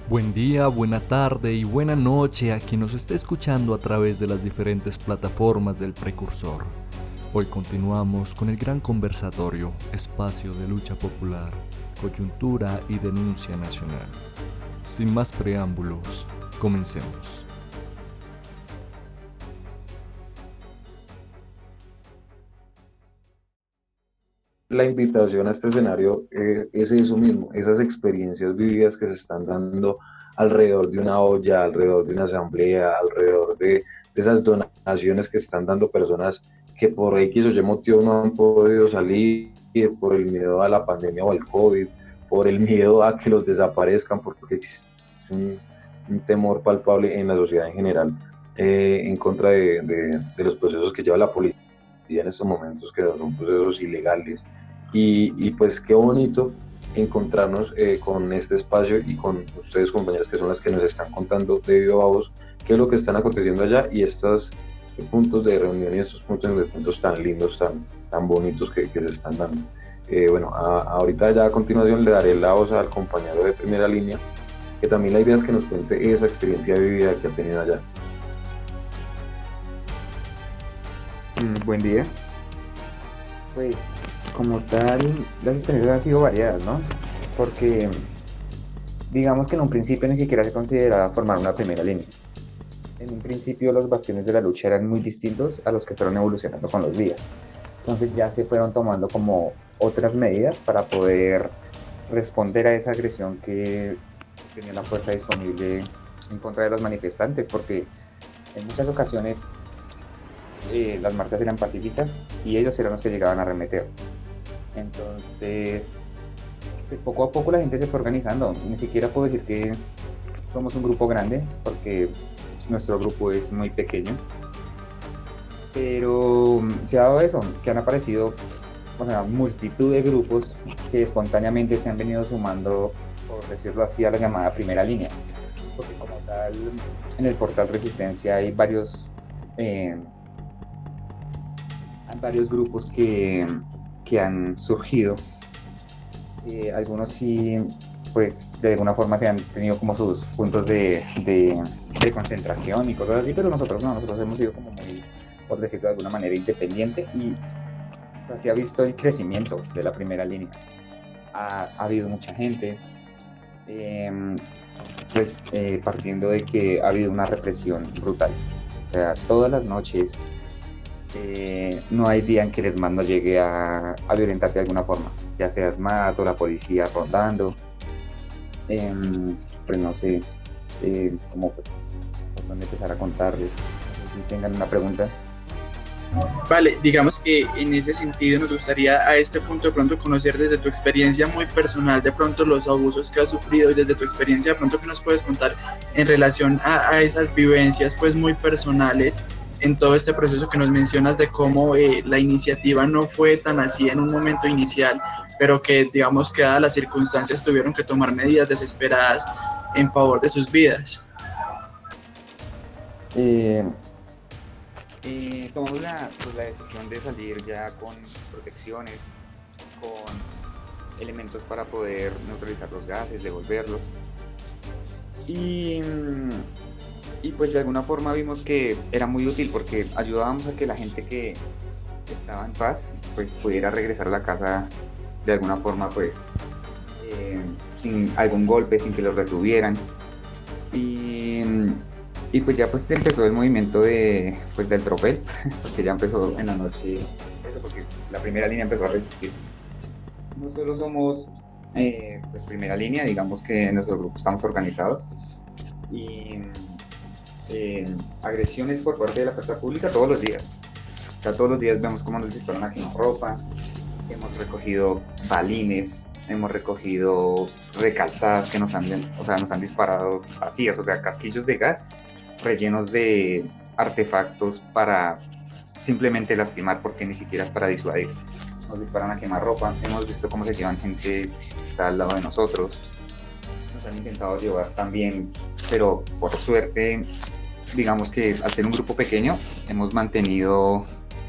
Buen día, buena tarde y buena noche a quien nos esté escuchando a través de las diferentes plataformas del Precursor. Hoy continuamos con el gran conversatorio, espacio de lucha popular, coyuntura y denuncia nacional. Sin más preámbulos, comencemos. La invitación a este escenario es eso mismo, esas experiencias vividas que se están dando alrededor de una olla, alrededor de una asamblea, alrededor de esas donaciones que están dando personas que por X o Y motivo no han podido salir, por el miedo a la pandemia o al COVID, por el miedo a que los desaparezcan, porque existe un temor palpable en la sociedad en general en contra de los procesos que lleva la policía en estos momentos, que son procesos ilegales. Y pues qué bonito encontrarnos con este espacio y con ustedes, compañeras, que son las que nos están contando de viva voz qué es lo que están aconteciendo allá y estos puntos de reunión y estos puntos de encuentros tan lindos, tan bonitos que se están dando. Bueno, ahorita ya a continuación le daré la voz al compañero de primera línea, que también la idea es que nos cuente esa experiencia vivida que ha tenido allá. Buen día. Pues como tal, las experiencias han sido variadas, ¿no? Porque digamos que en un principio ni siquiera se consideraba formar una primera línea. En un principio los bastiones de la lucha eran muy distintos a los que fueron evolucionando con los días. Entonces ya se fueron tomando como otras medidas para poder responder a esa agresión que tenía la fuerza disponible en contra de los manifestantes, porque en muchas ocasiones las marchas eran pacíficas y ellos eran los que llegaban a arremeter. Entonces, pues poco a poco la gente se fue organizando. Ni siquiera puedo decir que somos un grupo grande, porque nuestro grupo es muy pequeño. Pero se ha dado eso, que han aparecido una multitud de grupos que espontáneamente se han venido sumando, por decirlo así, a la llamada primera línea. Porque como tal, en el portal Resistencia hay varios grupos que han surgido. Algunos sí, pues de alguna forma se han tenido como sus puntos de concentración y cosas así, pero nosotros no, nosotros hemos sido como muy, por decirlo de alguna manera, independiente y o sea, se ha visto el crecimiento de la primera línea. Ha habido mucha gente, partiendo de que ha habido una represión brutal. O sea, todas las noches no hay día en que el ESMAD no llegue a violentarte de alguna forma, ya sea ESMAD o la policía rondando. Pues no sé cómo pues por dónde empezar a contarles. No sé si tengan una pregunta. Vale, digamos que en ese sentido nos gustaría a este punto de pronto conocer desde tu experiencia muy personal de pronto los abusos que has sufrido y desde tu experiencia de pronto que nos puedes contar en relación a esas vivencias pues muy personales en todo este proceso que nos mencionas de cómo la iniciativa no fue tan así en un momento inicial, pero que digamos que dadas las circunstancias tuvieron que tomar medidas desesperadas en favor de sus vidas. Tomamos la decisión de salir ya con protecciones, con elementos para poder neutralizar los gases, devolverlos. Y pues de alguna forma vimos que era muy útil porque ayudábamos a que la gente que estaba en paz pues pudiera regresar a la casa de alguna forma pues sin algún golpe, sin que los retuvieran. Y pues ya pues empezó el movimiento del tropel, porque ya empezó en la noche eso, porque la primera línea empezó a resistir. Nosotros somos pues primera línea, digamos que en nuestro grupo estamos organizados y agresiones por parte de la fuerza pública todos los días. O sea, todos los días vemos cómo nos disparan aquí en ropa, hemos recogido balines, hemos recogido recalzadas que nos han disparado vacías, o sea, casquillos de gas rellenos de artefactos para simplemente lastimar, porque ni siquiera es para disuadir. Nos disparan a quemarropa, hemos visto cómo se llevan gente que está al lado de nosotros, nos han intentado llevar también, pero por suerte, digamos que al ser un grupo pequeño, hemos mantenido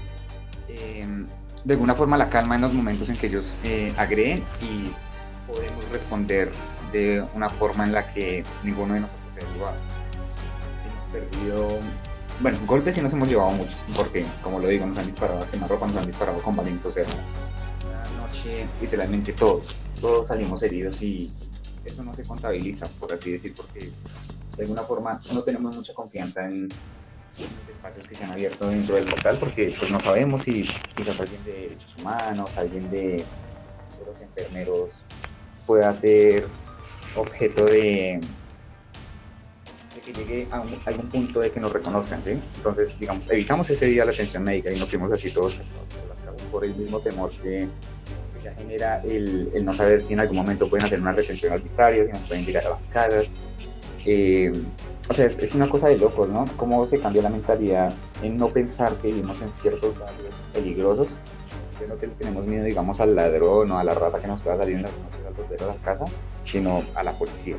de alguna forma la calma en los momentos en que ellos agreden y podemos responder de una forma en la que ninguno de nosotros se ha llevado. Hemos perdido, bueno, golpes sí nos hemos llevado muchos, porque como lo digo, nos han disparado a quemarropa, nos han disparado con balines, o sea, una noche literalmente todos salimos heridos y eso no se contabiliza, por así decir, porque de alguna forma no tenemos mucha confianza en los espacios que se han abierto dentro del portal, porque pues no sabemos si quizás alguien de derechos humanos, alguien de los enfermeros pueda ser objeto de que llegue a algún punto de que nos reconozcan, ¿sí? Entonces, digamos, evitamos ese día la atención médica y nos fuimos así todos por el mismo temor que ya genera el no saber si en algún momento pueden hacer una retención arbitraria, si nos pueden llegar a las casas. O sea, es una cosa de locos, ¿no? Cómo se cambia la mentalidad en no pensar que vivimos en ciertos barrios peligrosos, que no tenemos miedo, digamos, al ladrón o a la rata que nos pueda salir en las noches al volver a la casa, sino a la policía.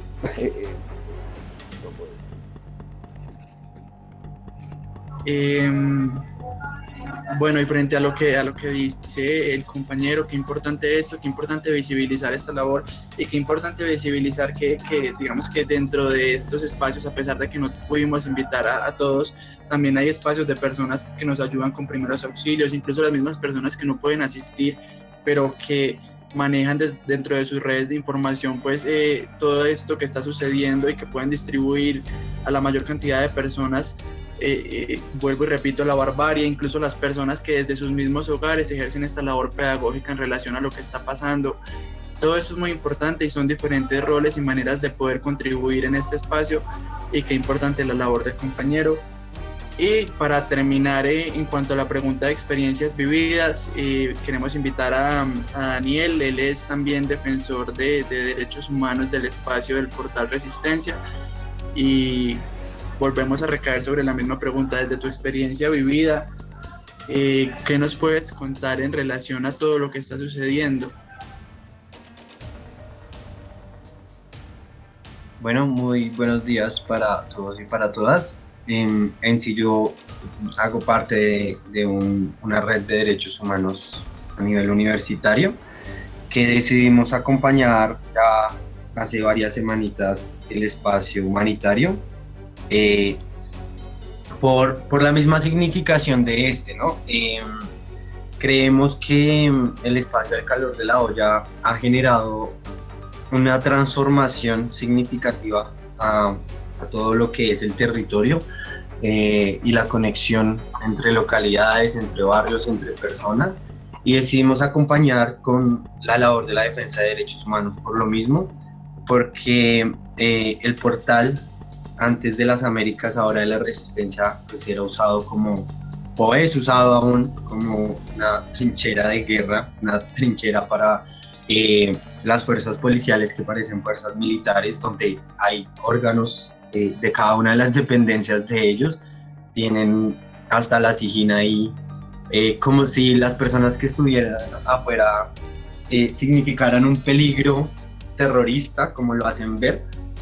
Bueno, y frente a lo que dice el compañero, qué importante esto, qué importante visibilizar esta labor y qué importante visibilizar que digamos que dentro de estos espacios, a pesar de que no pudimos invitar a todos, también hay espacios de personas que nos ayudan con primeros auxilios, incluso las mismas personas que no pueden asistir, pero que manejan dentro de sus redes de información pues todo esto que está sucediendo y que pueden distribuir a la mayor cantidad de personas. Vuelvo y repito, la barbarie, incluso las personas que desde sus mismos hogares ejercen esta labor pedagógica en relación a lo que está pasando. Todo esto es muy importante y son diferentes roles y maneras de poder contribuir en este espacio, y qué importante la labor del compañero. Y para terminar, en cuanto a la pregunta de experiencias vividas, queremos invitar a Daniel. Él es también defensor de derechos humanos del espacio del portal Resistencia, y volvemos a recaer sobre la misma pregunta. Desde tu experiencia vivida, ¿qué nos puedes contar en relación a todo lo que está sucediendo? Bueno, muy buenos días para todos y para todas. En sí yo hago parte de una red de derechos humanos a nivel universitario que decidimos acompañar ya hace varias semanitas el espacio humanitario. Por la misma significación de ¿no? Creemos que el espacio del calor de la olla ha generado una transformación significativa a todo lo que es el territorio y la conexión entre localidades, entre barrios, entre personas, y decidimos acompañar con la labor de la defensa de derechos humanos por lo mismo, porque el portal antes de las Américas, ahora de la Resistencia, pues era usado o es usado aún como una trinchera de guerra, una trinchera para las fuerzas policiales que parecen fuerzas militares, donde hay órganos de cada una de las dependencias de ellos, tienen hasta la sigina ahí, como si las personas que estuvieran afuera significaran un peligro terrorista, como lo hacen ver,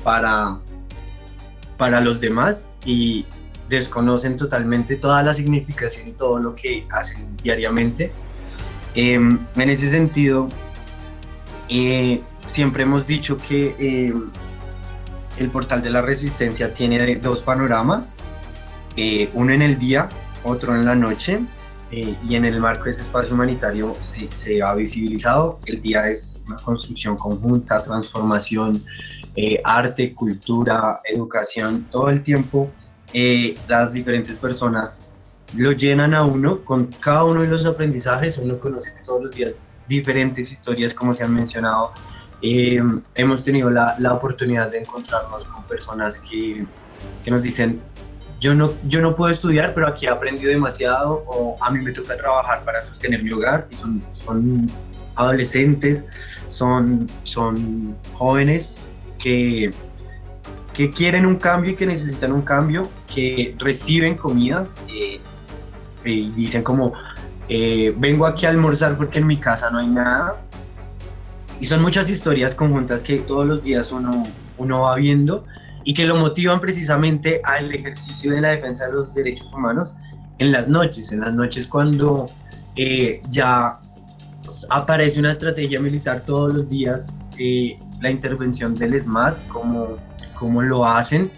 para los demás, y desconocen totalmente toda la significación y todo lo que hacen diariamente. En ese sentido, siempre hemos dicho que el portal de la Resistencia tiene dos panoramas, uno en el día, otro en la noche, y en el marco de ese espacio humanitario se ha visibilizado. El día es una construcción conjunta, transformación, arte, cultura, educación, todo el tiempo las diferentes personas lo llenan a uno con cada uno de los aprendizajes. Uno conoce todos los días diferentes historias, como se han mencionado. Hemos tenido la oportunidad de encontrarnos con personas que nos dicen: yo no puedo estudiar, pero aquí he aprendido demasiado, o a mí me toca trabajar para sostener mi hogar. Y son adolescentes, son jóvenes que quieren un cambio y que necesitan un cambio, que reciben comida y dicen como vengo aquí a almorzar porque en mi casa no hay nada. Y son muchas historias conjuntas que todos los días uno va viendo y que lo motivan precisamente al ejercicio de la defensa de los derechos humanos en las noches cuando ya aparece una estrategia militar todos los días la intervención del SMAT, cómo lo hacen.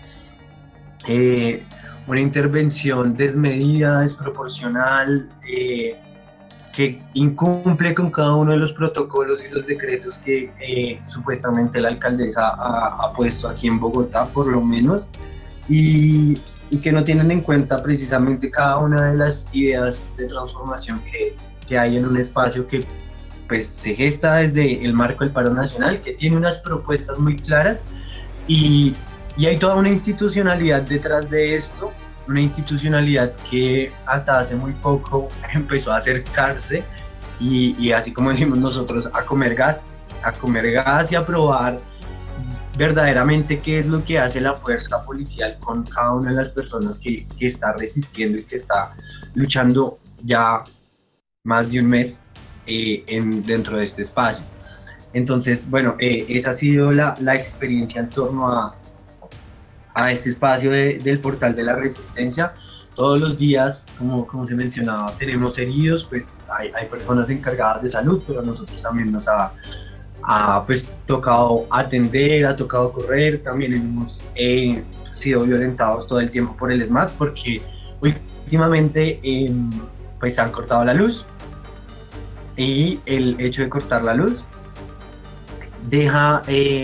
Una intervención desmedida, desproporcional, que incumple con cada uno de los protocolos y los decretos que supuestamente la alcaldesa ha puesto aquí en Bogotá, por lo menos, y que no tienen en cuenta precisamente cada una de las ideas de transformación que hay en un espacio que pues se gesta desde el marco del paro nacional, que tiene unas propuestas muy claras, y hay toda una institucionalidad detrás de esto, una institucionalidad que hasta hace muy poco empezó a acercarse y así como decimos nosotros, a comer gas y a probar verdaderamente qué es lo que hace la fuerza policial con cada una de las personas que está resistiendo y que está luchando ya más de un mes dentro de este espacio. Entonces, bueno, esa ha sido la experiencia en torno a este espacio del Portal de la Resistencia. Todos los días, como se mencionaba, tenemos heridos, pues hay personas encargadas de salud, pero a nosotros también nos ha pues tocado atender, ha tocado correr, también hemos sido violentados todo el tiempo por el SMAT, porque últimamente pues han cortado la luz, y el hecho de cortar la luz deja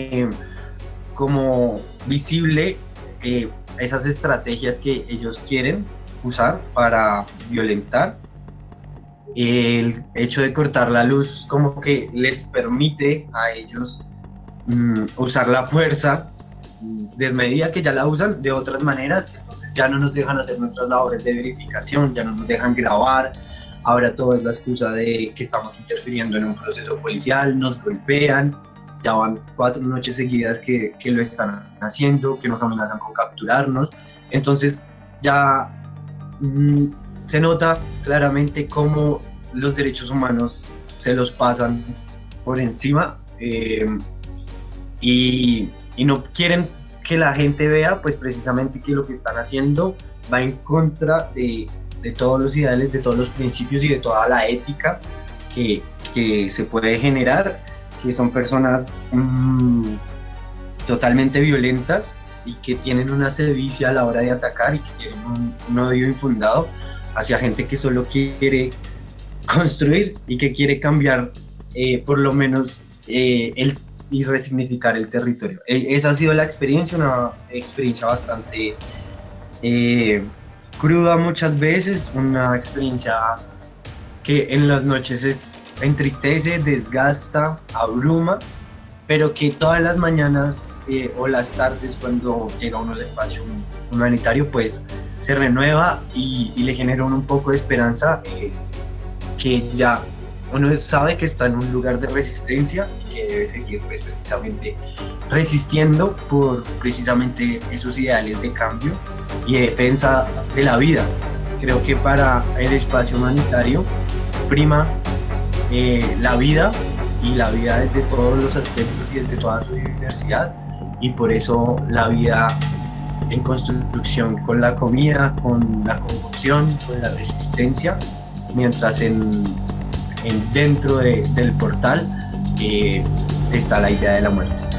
como visible esas estrategias que ellos quieren usar para violentar. El hecho de cortar la luz como que les permite a ellos usar la fuerza desmedida, que ya la usan de otras maneras. Entonces ya no nos dejan hacer nuestras labores de verificación, ya no nos dejan grabar. Ahora todo es la excusa de que estamos interfiriendo en un proceso policial, nos golpean. Ya van 4 noches seguidas que lo están haciendo, que nos amenazan con capturarnos. Entonces ya se nota claramente cómo los derechos humanos se los pasan por encima, y no quieren que la gente vea pues precisamente que lo que están haciendo va en contra de todos los ideales, de todos los principios y de toda la ética que se puede generar, que son personas totalmente violentas y que tienen una sevicia a la hora de atacar y que tienen un odio infundado hacia gente que solo quiere construir y que quiere cambiar por lo menos y resignificar el territorio. Esa ha sido la experiencia, una experiencia bastante cruda muchas veces, una experiencia que en las noches entristece, desgasta, abruma, pero que todas las mañanas o las tardes cuando llega uno al espacio humanitario pues se renueva y le genera un poco de esperanza, que ya uno sabe que está en un lugar de resistencia y que debe seguir pues precisamente resistiendo por precisamente esos ideales de cambio y de defensa de la vida. Creo que para el espacio humanitario prima la vida, y la vida desde todos los aspectos y desde toda su diversidad, y por eso la vida en construcción con la comida, con la corrupción, con la resistencia, mientras dentro del portal está la idea de la muerte.